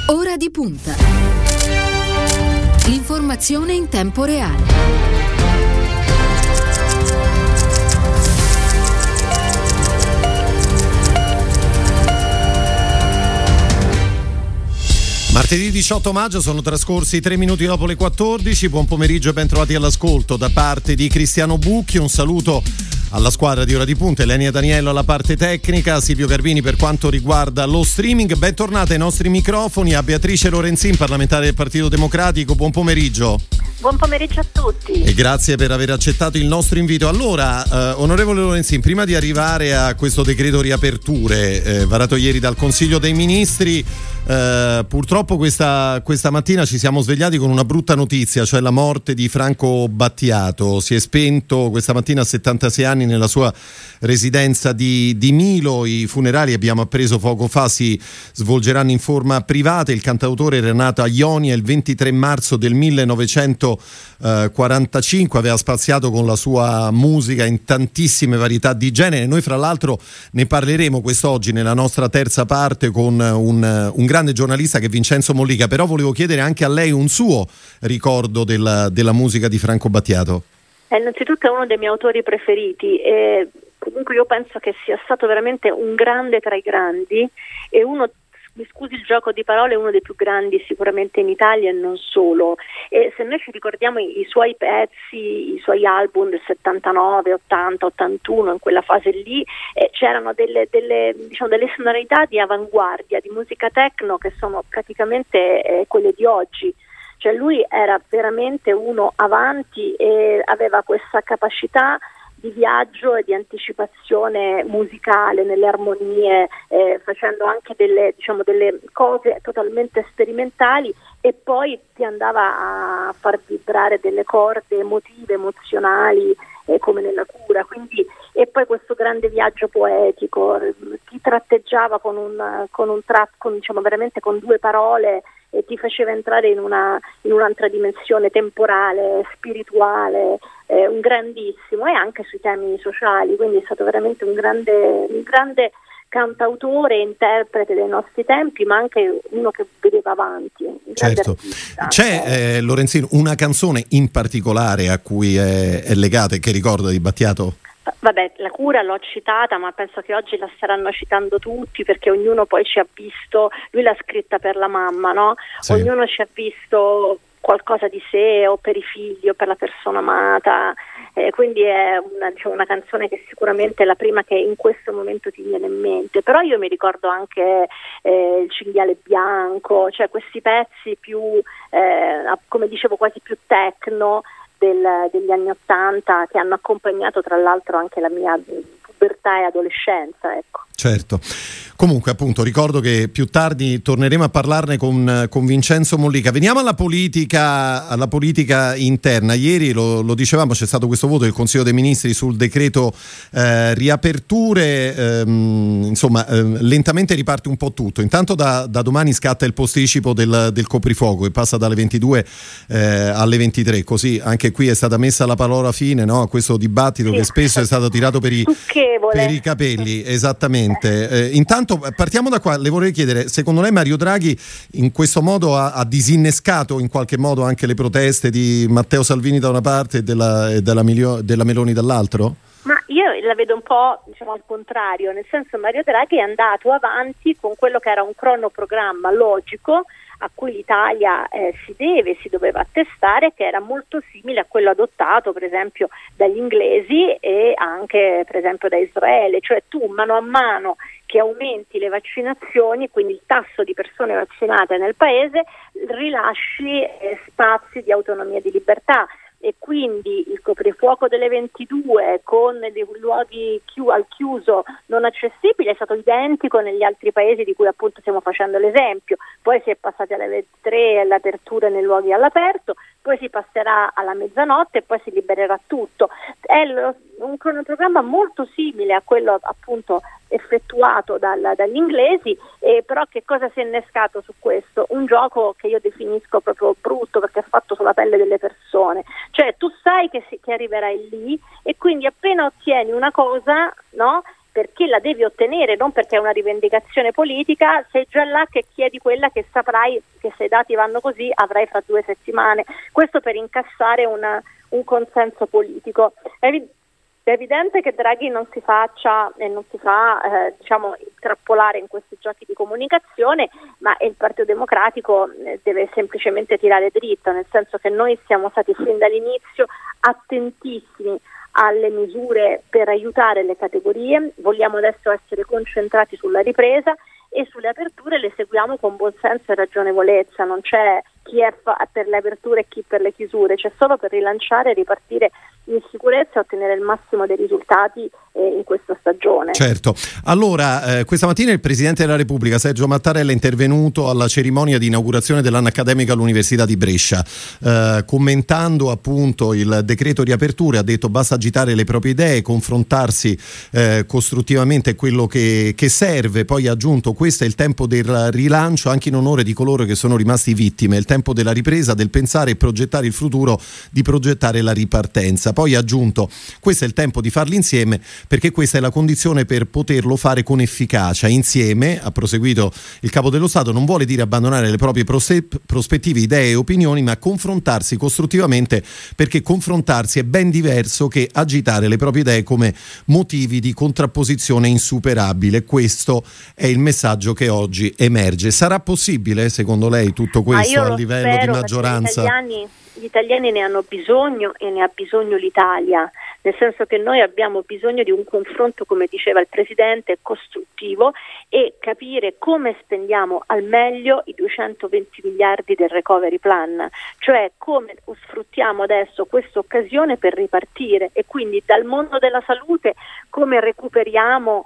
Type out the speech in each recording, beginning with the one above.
Ora di punta. L'informazione in tempo reale. Martedì 18 maggio, sono trascorsi 3 minuti dopo le 14. Buon pomeriggio e ben trovati all'ascolto da parte di Cristiano Bucchi. Un saluto alla squadra di Ora di Punta, Elenia Daniello alla parte tecnica, Silvio Garbini per quanto riguarda lo streaming. Bentornata ai nostri microfoni a Beatrice Lorenzin, parlamentare del Partito Democratico. Buon pomeriggio. Buon pomeriggio a tutti. E grazie per aver accettato il nostro invito. Allora, onorevole Lorenzin, prima di arrivare a questo decreto riaperture varato ieri dal Consiglio dei Ministri, purtroppo questa mattina ci siamo svegliati con una brutta notizia, cioè la morte di Franco Battiato. Si è spento questa mattina a 76 anni nella sua residenza di Milo. I funerali, abbiamo appreso poco fa, si svolgeranno in forma privata. Il cantautore era nato a Ionia il 23 marzo del 1945, aveva spaziato con la sua musica in tantissime varietà di genere. Noi fra l'altro ne parleremo quest'oggi nella nostra terza parte con un grande giornalista che è Vincenzo Mollica, però volevo chiedere anche a lei un suo ricordo della musica di Franco Battiato. Innanzitutto è uno dei miei autori preferiti e comunque io penso che sia stato veramente un grande tra i grandi e uno, mi scusi il gioco di parole, uno dei più grandi sicuramente in Italia e non solo. E se noi ci ricordiamo i suoi pezzi, i suoi album del 79, 80, 81, in quella fase lì, c'erano delle sonorità di avanguardia, di musica techno che sono praticamente quelle di oggi. Cioè lui era veramente uno avanti e aveva questa capacità di viaggio e di anticipazione musicale nelle armonie, facendo anche delle cose totalmente sperimentali, e poi ti andava a far vibrare delle corde emotive, emozionali, come nella cura. Quindi, e poi questo grande viaggio poetico, ti tratteggiava con veramente con due parole e ti faceva entrare in un'altra dimensione temporale, spirituale, un grandissimo, e anche sui temi sociali. Quindi è stato veramente un grande cantautore e interprete dei nostri tempi, ma anche uno che vedeva avanti. Certo. C'è Lorenzin una canzone in particolare a cui è legata e che ricorda di Battiato? Vabbè, La cura l'ho citata, ma penso che oggi la staranno citando tutti, perché ognuno poi ci ha visto, lui l'ha scritta per la mamma, no? Sì. Ognuno ci ha visto qualcosa di sé, o per i figli o per la persona amata, quindi è una canzone che sicuramente è la prima che in questo momento ti viene in mente. Però io mi ricordo anche Il cinghiale bianco, cioè questi pezzi più, come dicevo, quasi più techno degli anni '80, che hanno accompagnato tra l'altro anche la mia pubertà e adolescenza, ecco. Certo. Comunque, appunto, ricordo che più tardi torneremo a parlarne con Vincenzo Mollica. Veniamo alla politica interna. Ieri lo dicevamo, c'è stato questo voto del Consiglio dei Ministri sul decreto riaperture. Lentamente riparte un po' tutto. Intanto da domani scatta il posticipo del coprifuoco, che passa dalle 22 alle 23. Così anche qui è stata messa la parola fine, no, a questo dibattito, sì, che spesso è stato tirato per i capelli. Esattamente. Intanto partiamo da qua. Le vorrei chiedere, secondo lei Mario Draghi in questo modo ha disinnescato in qualche modo anche le proteste di Matteo Salvini da una parte e della Meloni dall'altro? Ma io la vedo un po' al contrario, nel senso Mario Draghi è andato avanti con quello che era un cronoprogramma logico a cui l'Italia si doveva attestare, che era molto simile a quello adottato per esempio dagli inglesi e anche per esempio da Israele, cioè tu mano a mano che aumenti le vaccinazioni, quindi il tasso di persone vaccinate nel paese, rilasci spazi di autonomia e di libertà. E quindi il coprifuoco delle 22 con dei luoghi al chiuso non accessibili è stato identico negli altri paesi di cui appunto stiamo facendo l'esempio. Poi si è passati alle 23 all'apertura nei luoghi all'aperto, poi si passerà alla mezzanotte e poi si libererà tutto. È un cronoprogramma molto simile a quello appunto effettuato dagli inglesi, però che cosa si è innescato su questo? Un gioco che io definisco proprio brutto, perché è fatto sulla pelle delle persone. Cioè tu sai che arriverai lì e quindi appena ottieni una cosa, no, perché la devi ottenere, non perché è una rivendicazione politica, sei già là che chiedi quella che saprai che se i dati vanno così avrai fra 2 settimane. Questo per incassare un consenso politico. È evidente che Draghi non si faccia e non si fa intrappolare in questi giochi di comunicazione, ma il Partito Democratico deve semplicemente tirare dritto, nel senso che noi siamo stati fin dall'inizio attentissimi alle misure per aiutare le categorie, vogliamo adesso essere concentrati sulla ripresa e sulle aperture le seguiamo con buon senso e ragionevolezza, non c'è chi è per le aperture e chi per le chiusure, c'è solo per rilanciare e ripartire in sicurezza e ottenere il massimo dei risultati in questa stagione. Certo. Allora, questa mattina il Presidente della Repubblica, Sergio Mattarella, è intervenuto alla cerimonia di inaugurazione dell'anno accademico all'Università di Brescia. Commentando appunto il decreto riaperture, ha detto basta agitare le proprie idee, confrontarsi costruttivamente è quello che serve. Poi ha aggiunto questo è il tempo del rilancio anche in onore di coloro che sono rimasti vittime, è il tempo della ripresa, del pensare e progettare il futuro, di progettare la ripartenza. Poi ha aggiunto questo è il tempo di farli insieme perché questa è la condizione per poterlo fare con efficacia. Insieme, ha proseguito il Capo dello Stato, non vuole dire abbandonare le proprie prospettive, idee e opinioni, ma confrontarsi costruttivamente, perché confrontarsi è ben diverso che agitare le proprie idee come motivi di contrapposizione insuperabile. Questo è il messaggio che oggi emerge. Sarà possibile, secondo lei, tutto questo a livello di maggioranza? Gli italiani ne hanno bisogno e ne ha bisogno l'Italia, nel senso che noi abbiamo bisogno di un confronto, come diceva il Presidente, costruttivo e capire come spendiamo al meglio i 220 miliardi del recovery plan, cioè come sfruttiamo adesso questa occasione per ripartire e quindi dal mondo della salute come recuperiamo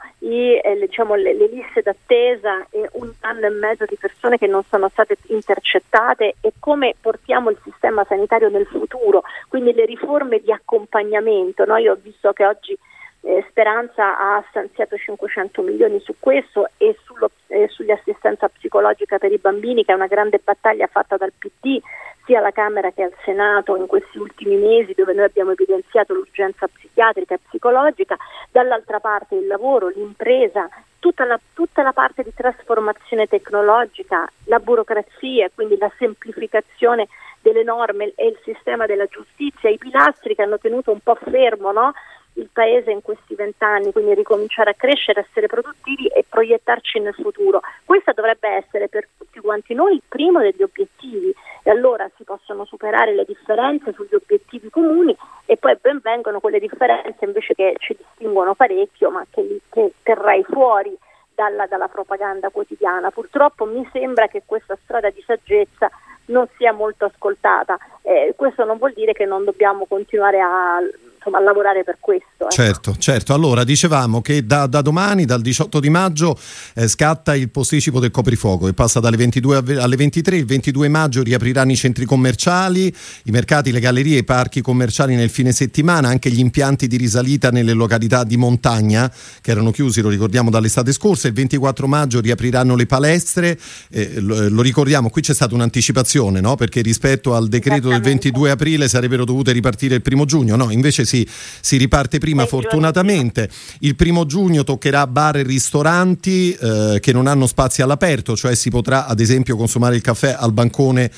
le liste d'attesa e 1 anno e mezzo di persone che non sono state intercettate e come portiamo il sistema sanitario nel futuro, quindi le riforme di accompagnamento. Io ho visto che oggi Speranza ha stanziato 500 milioni su questo e sull'assistenza psicologica per i bambini, che è una grande battaglia fatta dal PD sia alla Camera che al Senato in questi ultimi mesi, dove noi abbiamo evidenziato l'urgenza psichiatrica e psicologica. Dall'altra parte il lavoro, l'impresa, tutta la parte di trasformazione tecnologica, la burocrazia, quindi la semplificazione delle norme e il sistema della giustizia, i pilastri che hanno tenuto un po' fermo, il Paese in questi 20 anni, quindi ricominciare a crescere, essere produttivi e proiettarci nel futuro. Questa dovrebbe essere per tutti quanti noi il primo degli obiettivi e allora si possono superare le differenze sugli obiettivi comuni e poi ben vengono quelle differenze invece che ci distinguono parecchio ma che terrai fuori dalla propaganda quotidiana. Purtroppo mi sembra che questa strada di saggezza non sia molto ascoltata. Questo non vuol dire che non dobbiamo continuare a lavorare per questo. Certo. Allora, dicevamo che da domani, dal 18 di maggio, scatta il posticipo del coprifuoco e passa dalle 22 alle 23. Il 22 maggio riapriranno i centri commerciali, i mercati, le gallerie, i parchi commerciali nel fine settimana, anche gli impianti di risalita nelle località di montagna che erano chiusi, lo ricordiamo, dall'estate scorsa. Il 24 maggio riapriranno le palestre, lo ricordiamo, qui c'è stata un'anticipazione, perché rispetto al decreto del 22 aprile sarebbero dovute ripartire il 1 giugno, invece si riparte prima, fortunatamente. Il 1 giugno toccherà bar e ristoranti che non hanno spazi all'aperto, cioè si potrà ad esempio consumare il caffè al bancone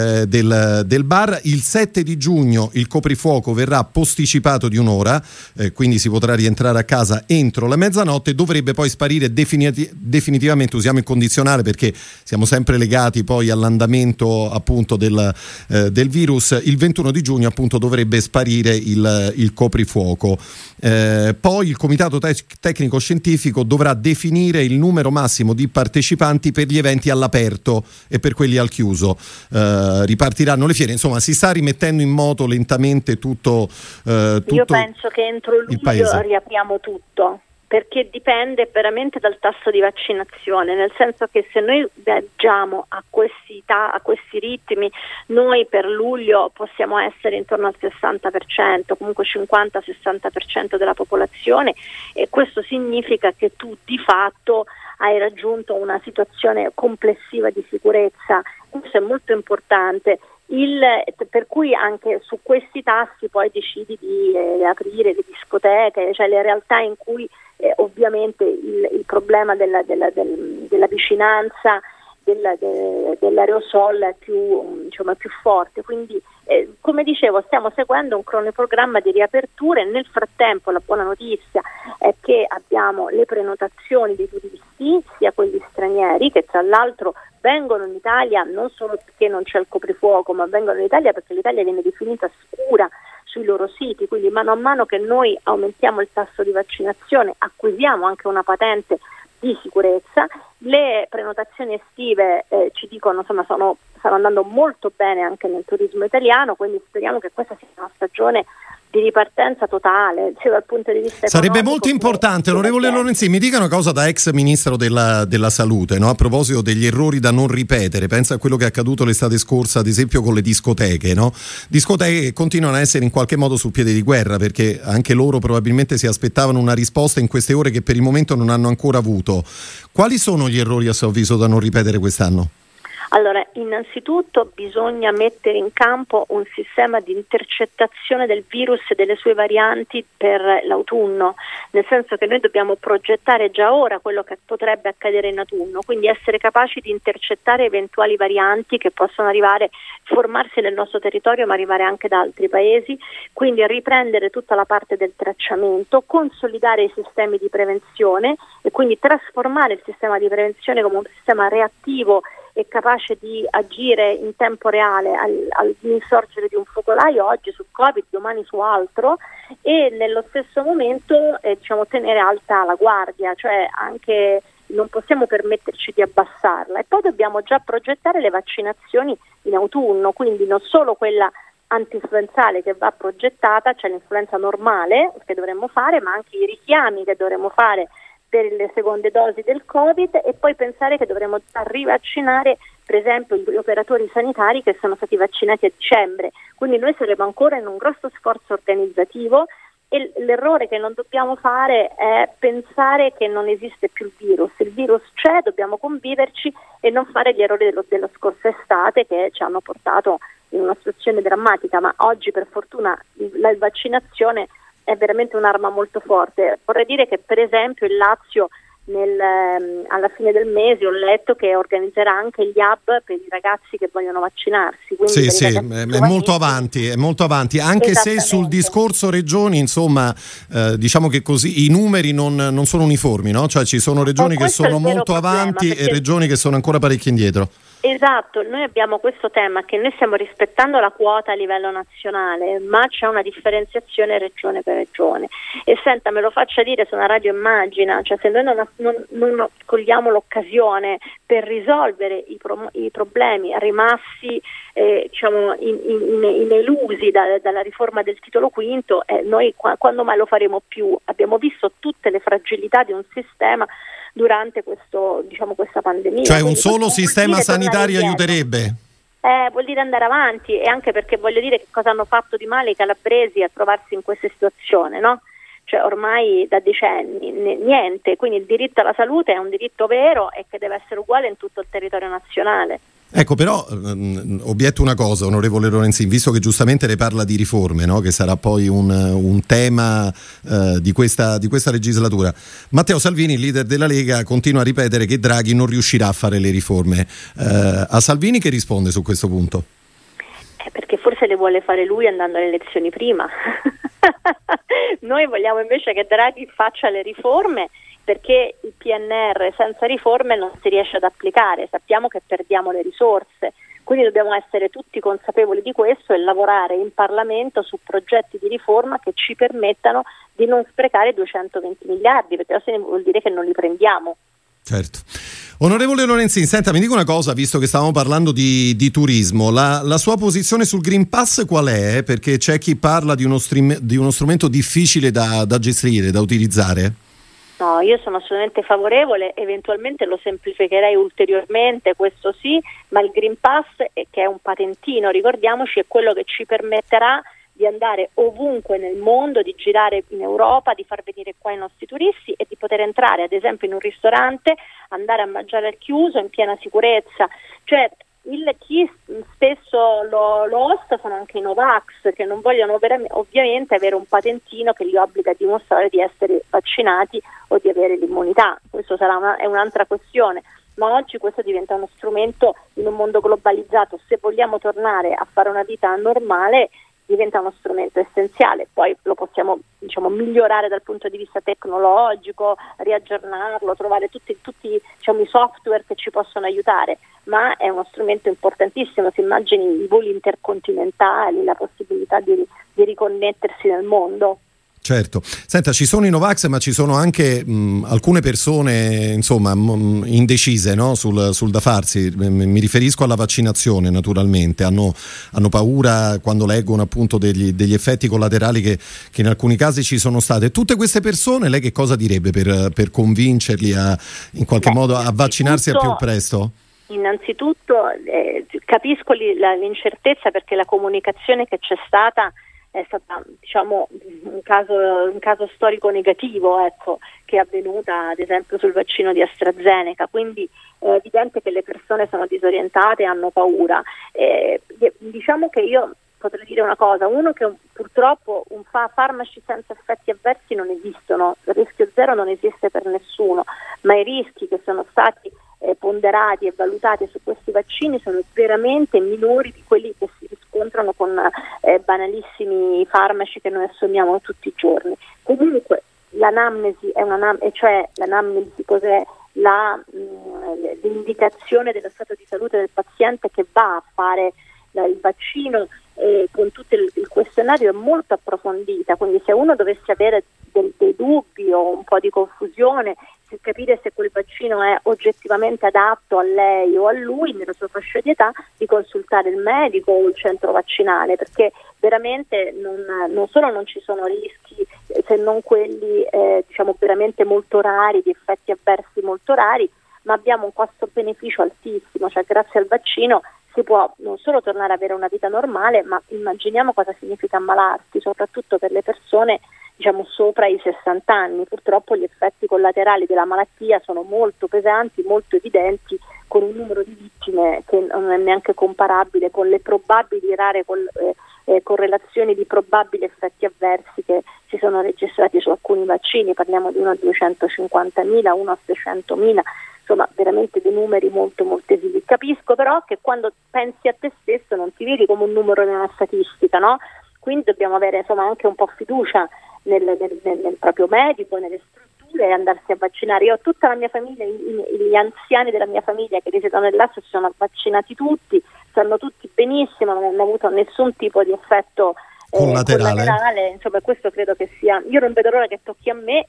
del bar. Il 7 di giugno il coprifuoco verrà posticipato di un'ora, quindi si potrà rientrare a casa entro la mezzanotte. Dovrebbe poi sparire definitivamente, usiamo il condizionale perché siamo sempre legati poi all'andamento appunto del virus. Il 21 di giugno appunto dovrebbe sparire il coprifuoco. Poi il comitato tecnico scientifico dovrà definire il numero massimo di partecipanti per gli eventi all'aperto e per quelli al chiuso. Ripartiranno le fiere, insomma si sta rimettendo in moto lentamente tutto io penso che entro luglio riapriamo tutto, perché dipende veramente dal tasso di vaccinazione, nel senso che se noi viaggiamo a questi ritmi, noi per luglio possiamo essere intorno al 60%, comunque 50-60% della popolazione, e questo significa che tu di fatto hai raggiunto una situazione complessiva di sicurezza. Questo è molto importante. Per cui anche su questi tassi poi decidi di aprire le discoteche, cioè le realtà in cui ovviamente il problema della vicinanza dell'aerosol è più forte. Quindi come dicevo, stiamo seguendo un cronoprogramma di riaperture. Nel frattempo la buona notizia è che abbiamo le prenotazioni dei turisti, sia quelli stranieri, che tra l'altro vengono in Italia non solo perché non c'è il coprifuoco, ma vengono in Italia perché l'Italia viene definita sicura sui loro siti. Quindi mano a mano che noi aumentiamo il tasso di vaccinazione, acquisiamo anche una patente di sicurezza. Le prenotazioni estive ci dicono, insomma, stanno andando molto bene anche nel turismo italiano, quindi speriamo che questa sia una stagione di ripartenza totale, sia dal punto di vista sarebbe molto importante. Onorevole Lorenzin, mi dica una cosa da ex ministro della salute, no? A proposito degli errori da non ripetere. Pensa a quello che è accaduto l'estate scorsa, ad esempio con le discoteche, no? Discoteche che continuano a essere in qualche modo sul piede di guerra, perché anche loro probabilmente si aspettavano una risposta in queste ore che per il momento non hanno ancora avuto. Quali sono gli errori a suo avviso da non ripetere quest'anno? Allora, innanzitutto bisogna mettere in campo un sistema di intercettazione del virus e delle sue varianti per l'autunno, nel senso che noi dobbiamo progettare già ora quello che potrebbe accadere in autunno, quindi essere capaci di intercettare eventuali varianti che possono arrivare, formarsi nel nostro territorio ma arrivare anche da altri paesi, quindi riprendere tutta la parte del tracciamento, consolidare i sistemi di prevenzione e quindi trasformare il sistema di prevenzione come un sistema reattivo e capace di agire in tempo reale all'insorgere di un focolaio, oggi su Covid, domani su altro, e nello stesso momento tenere alta la guardia, cioè anche non possiamo permetterci di abbassarla. E poi dobbiamo già progettare le vaccinazioni in autunno, quindi non solo quella antinfluenzale che va progettata, cioè l'influenza normale che dovremmo fare, ma anche i richiami che dovremmo fare per le seconde dosi del Covid, e poi pensare che dovremo rivaccinare per esempio gli operatori sanitari che sono stati vaccinati a dicembre. Quindi noi saremo ancora in un grosso sforzo organizzativo e l'errore che non dobbiamo fare è pensare che non esiste più il virus. Il virus c'è, dobbiamo conviverci e non fare gli errori della scorsa estate che ci hanno portato in una situazione drammatica, ma oggi per fortuna la vaccinazione è veramente un'arma molto forte. Vorrei dire che per esempio il Lazio alla fine del mese ho letto che organizzerà anche gli hub per i ragazzi che vogliono vaccinarsi. Sì, è molto avanti, anche se sul discorso regioni, insomma, diciamo che così i numeri non sono uniformi, no? Cioè ci sono regioni che sono molto avanti e regioni che sono ancora parecchio indietro. Esatto, noi abbiamo questo tema che noi stiamo rispettando la quota a livello nazionale, ma c'è una differenziazione regione per regione. E senta, me lo faccia dire su una radio Immagina, cioè se noi non cogliamo l'occasione per risolvere i problemi rimasti inelusi dalla riforma del titolo quinto, noi quando mai lo faremo più? Abbiamo visto tutte le fragilità di un sistema durante questa pandemia. Cioè un solo sistema sanitario aiuterebbe? Vuol dire andare avanti, e anche perché voglio dire che cosa hanno fatto di male i calabresi a trovarsi in questa situazione, no? Cioè ormai da decenni niente, quindi il diritto alla salute è un diritto vero e che deve essere uguale in tutto il territorio nazionale. Ecco, però obietto una cosa, onorevole Lorenzin, visto che giustamente lei parla di riforme, no? Che sarà poi un tema di questa legislatura. Matteo Salvini, leader della Lega, continua a ripetere che Draghi non riuscirà a fare le riforme. A Salvini che risponde su questo punto? Perché forse le vuole fare lui andando alle elezioni prima. Noi vogliamo invece che Draghi faccia le riforme, perché il PNR senza riforme non si riesce ad applicare, sappiamo che perdiamo le risorse, quindi dobbiamo essere tutti consapevoli di questo e lavorare in Parlamento su progetti di riforma che ci permettano di non sprecare 220 miliardi, perché se vuol dire che non li prendiamo. Certo. Onorevole Lorenzin, senta, mi dica una cosa, visto che stavamo parlando di turismo, la sua posizione sul Green Pass qual è? Perché c'è chi parla di uno strumento difficile da gestire, da utilizzare. No, io sono assolutamente favorevole, eventualmente lo semplificherei ulteriormente, questo sì, ma il Green Pass, che è un patentino, ricordiamoci, è quello che ci permetterà di andare ovunque nel mondo, di girare in Europa, di far venire qua i nostri turisti e di poter entrare ad esempio in un ristorante, andare a mangiare al chiuso in piena sicurezza. Cioè chi spesso lo osta sono anche i Novax, che non vogliono ovviamente avere un patentino che li obbliga a dimostrare di essere vaccinati o di avere l'immunità. Questo è un'altra questione, ma oggi questo diventa uno strumento in un mondo globalizzato. Se vogliamo tornare a fare una vita normale, diventa uno strumento essenziale. Poi lo possiamo migliorare dal punto di vista tecnologico, riaggiornarlo, trovare tutti i software che ci possono aiutare, ma è uno strumento importantissimo. Si immagini i voli intercontinentali, la possibilità di riconnettersi nel mondo. Certo. Senta, ci sono i Novax, ma ci sono anche alcune persone, insomma, indecise, no? sul da farsi. Mi riferisco alla vaccinazione, naturalmente. Hanno paura quando leggono appunto degli effetti collaterali che in alcuni casi ci sono state. Tutte queste persone, lei che cosa direbbe per convincerli in qualche modo a vaccinarsi al più presto? Innanzitutto capisco l'incertezza, perché la comunicazione che c'è stata è stata un caso storico negativo, ecco, che è avvenuta ad esempio sul vaccino di AstraZeneca, quindi è evidente che le persone sono disorientate e hanno paura. Diciamo che io potrei dire una cosa: uno, che purtroppo farmaci senza effetti avversi non esistono, il rischio zero non esiste per nessuno, ma i rischi che sono stati ponderati e valutati su questi vaccini sono veramente minori di quelli che si riscontrano con banalissimi farmaci che noi assumiamo tutti i giorni. Comunque l'anamnesi è l'anamnesi cos'è? L'indicazione dello stato di salute del paziente che va a fare il vaccino con tutto il questionario è molto approfondita, quindi se uno dovesse avere dei dubbi o un po' di confusione, capire se quel vaccino è oggettivamente adatto a lei o a lui nella sua fascia di età, di consultare il medico o il centro vaccinale, perché veramente non solo non ci sono rischi, se non quelli veramente molto rari, di effetti avversi molto rari, ma abbiamo un costo-beneficio altissimo, cioè grazie al vaccino si può non solo tornare ad avere una vita normale, ma immaginiamo cosa significa ammalarsi, soprattutto per le persone sopra i 60 anni. Purtroppo gli effetti collaterali della malattia sono molto pesanti, molto evidenti, con un numero di vittime che non è neanche comparabile con le probabili rare correlazioni di probabili effetti avversi che si sono registrati su alcuni vaccini. Parliamo di uno a 250.000, uno a 600.000, insomma veramente dei numeri molto molto esili. Capisco però che quando pensi a te stesso non ti vedi come un numero nella statistica, no? Quindi dobbiamo avere anche un po' fiducia nel proprio medico, nelle strutture, e andarsi a vaccinare. Io ho tutta la mia famiglia, gli anziani della mia famiglia che risiedono nell'Assio si sono vaccinati tutti, stanno tutti benissimo, non hanno avuto nessun tipo di effetto collaterale. Insomma, questo credo che sia, io non vedo l'ora che tocchi a me.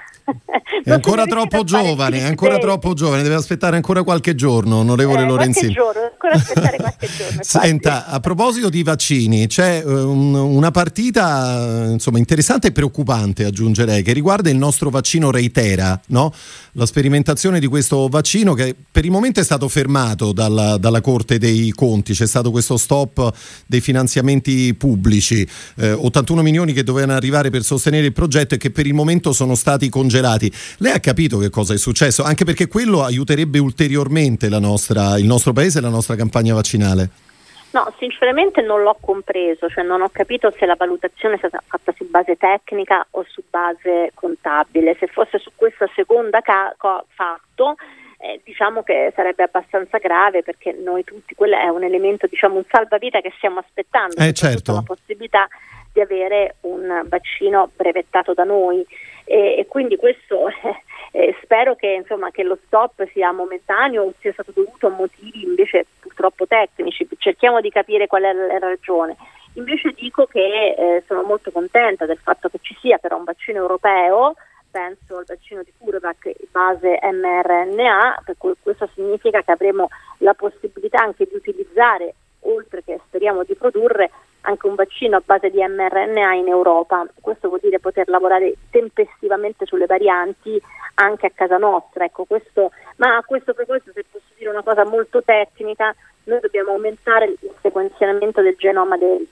È ancora troppo giovane, deve aspettare ancora qualche giorno, onorevole Lorenzin. Ancora aspettare qualche giorno. Senta, a proposito di vaccini, c'è una partita interessante e preoccupante, aggiungerei, che riguarda il nostro vaccino Reitera, no? La sperimentazione di questo vaccino che per il momento è stato fermato dalla Corte dei Conti. C'è stato questo stop dei finanziamenti pubblici, 81 milioni che dovevano arrivare per sostenere il progetto e che per il momento sono stati congelati. Lei ha capito che cosa è successo? Anche perché quello aiuterebbe ulteriormente il nostro paese e la nostra campagna vaccinale. No, sinceramente non l'ho compreso, cioè non ho capito se la valutazione è stata fatta su base tecnica o su base contabile. Se fosse su questa seconda fatto, diciamo che sarebbe abbastanza grave, perché noi tutti, quello è un elemento, un salvavita che stiamo aspettando, certo. La possibilità di avere un vaccino brevettato da noi, e quindi questo spero che che lo stop sia momentaneo o sia stato dovuto a motivi invece purtroppo tecnici. Cerchiamo di capire qual è la ragione. Invece dico che sono molto contenta del fatto che ci sia però un vaccino europeo. Penso al vaccino di CureVac base mRNA, per cui questo significa che avremo la possibilità anche di utilizzare, oltre che speriamo di produrre, anche un vaccino a base di mRNA in Europa. Questo vuol dire poter lavorare tempestivamente sulle varianti anche a casa nostra. Ma a questo proposito, se posso dire una cosa molto tecnica, noi dobbiamo aumentare il sequenziamento del genoma dei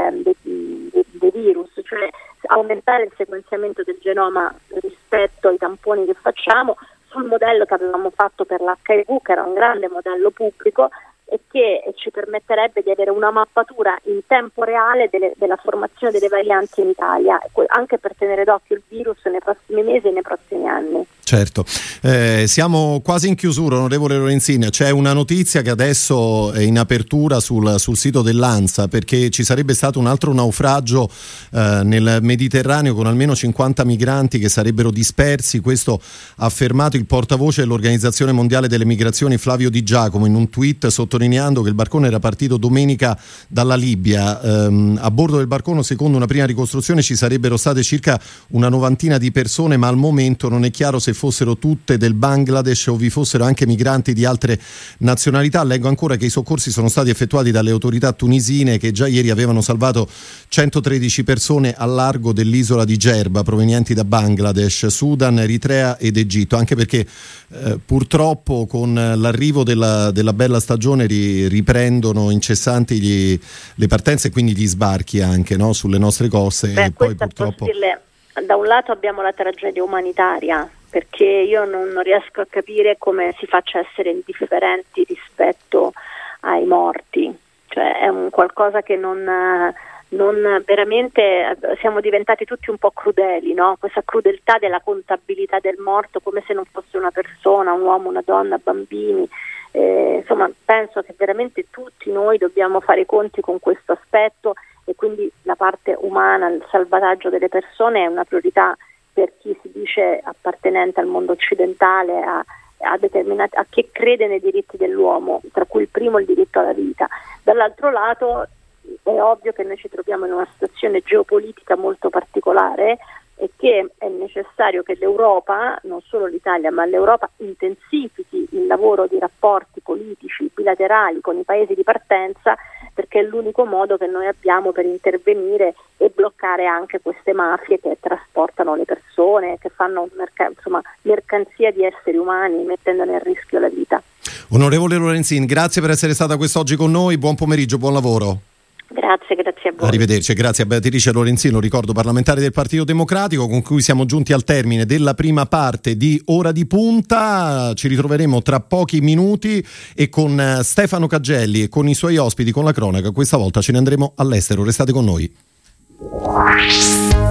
virus, cioè aumentare il sequenziamento del genoma rispetto ai tamponi che facciamo sul modello che avevamo fatto per l'HIV, che era un grande modello pubblico, e che ci permetterebbe di avere una mappatura in tempo reale della formazione delle varianti in Italia, anche per tenere d'occhio il virus nei prossimi mesi e nei prossimi anni. Certo, siamo quasi in chiusura, onorevole Lorenzin. C'è una notizia che adesso è in apertura sul sito dell'ANSA, perché ci sarebbe stato un altro naufragio nel Mediterraneo con almeno 50 migranti che sarebbero dispersi. Questo ha affermato il portavoce dell'Organizzazione Mondiale delle Migrazioni, Flavio Di Giacomo, in un tweet sottolineando che il barcone era partito domenica dalla Libia. A bordo del barcone, secondo una prima ricostruzione, ci sarebbero state circa una novantina di persone, ma al momento non è chiaro se fossero tutte del Bangladesh o vi fossero anche migranti di altre nazionalità. Leggo ancora che i soccorsi sono stati effettuati dalle autorità tunisine, che già ieri avevano salvato 113 persone al largo dell'isola di Gerba, provenienti da Bangladesh, Sudan, Eritrea ed Egitto, anche perché purtroppo con l'arrivo della bella stagione riprendono incessanti le partenze e quindi gli sbarchi anche, no, sulle nostre coste. E poi purtroppo da un lato abbiamo la tragedia umanitaria, perché io non riesco a capire come si faccia a essere indifferenti rispetto ai morti, cioè è un qualcosa che non veramente, siamo diventati tutti un po' crudeli, no? Questa crudeltà della contabilità del morto come se non fosse una persona, un uomo, una donna, bambini. Insomma, penso che veramente tutti noi dobbiamo fare i conti con questo aspetto, e quindi la parte umana, il salvataggio delle persone è una priorità per chi si dice appartenente al mondo occidentale, a chi crede nei diritti dell'uomo, tra cui il primo il diritto alla vita. Dall'altro lato è ovvio che noi ci troviamo in una situazione geopolitica molto particolare e che è necessario che l'Europa, non solo l'Italia, ma l'Europa intensifichi il lavoro di rapporti politici bilaterali con i paesi di partenza, perché è l'unico modo che noi abbiamo per intervenire e bloccare anche queste mafie che trasportano le persone, che fanno mercanzia di esseri umani, mettendone a rischio la vita. Onorevole Lorenzin, grazie per essere stata quest'oggi con noi, buon pomeriggio, buon lavoro. Grazie a voi. Arrivederci, grazie a Beatrice Lorenzin, lo ricordo, parlamentare del Partito Democratico, con cui siamo giunti al termine della prima parte di Ora di Punta. Ci ritroveremo tra pochi minuti e con Stefano Caggelli e con i suoi ospiti, con la cronaca. Questa volta ce ne andremo all'estero, restate con noi.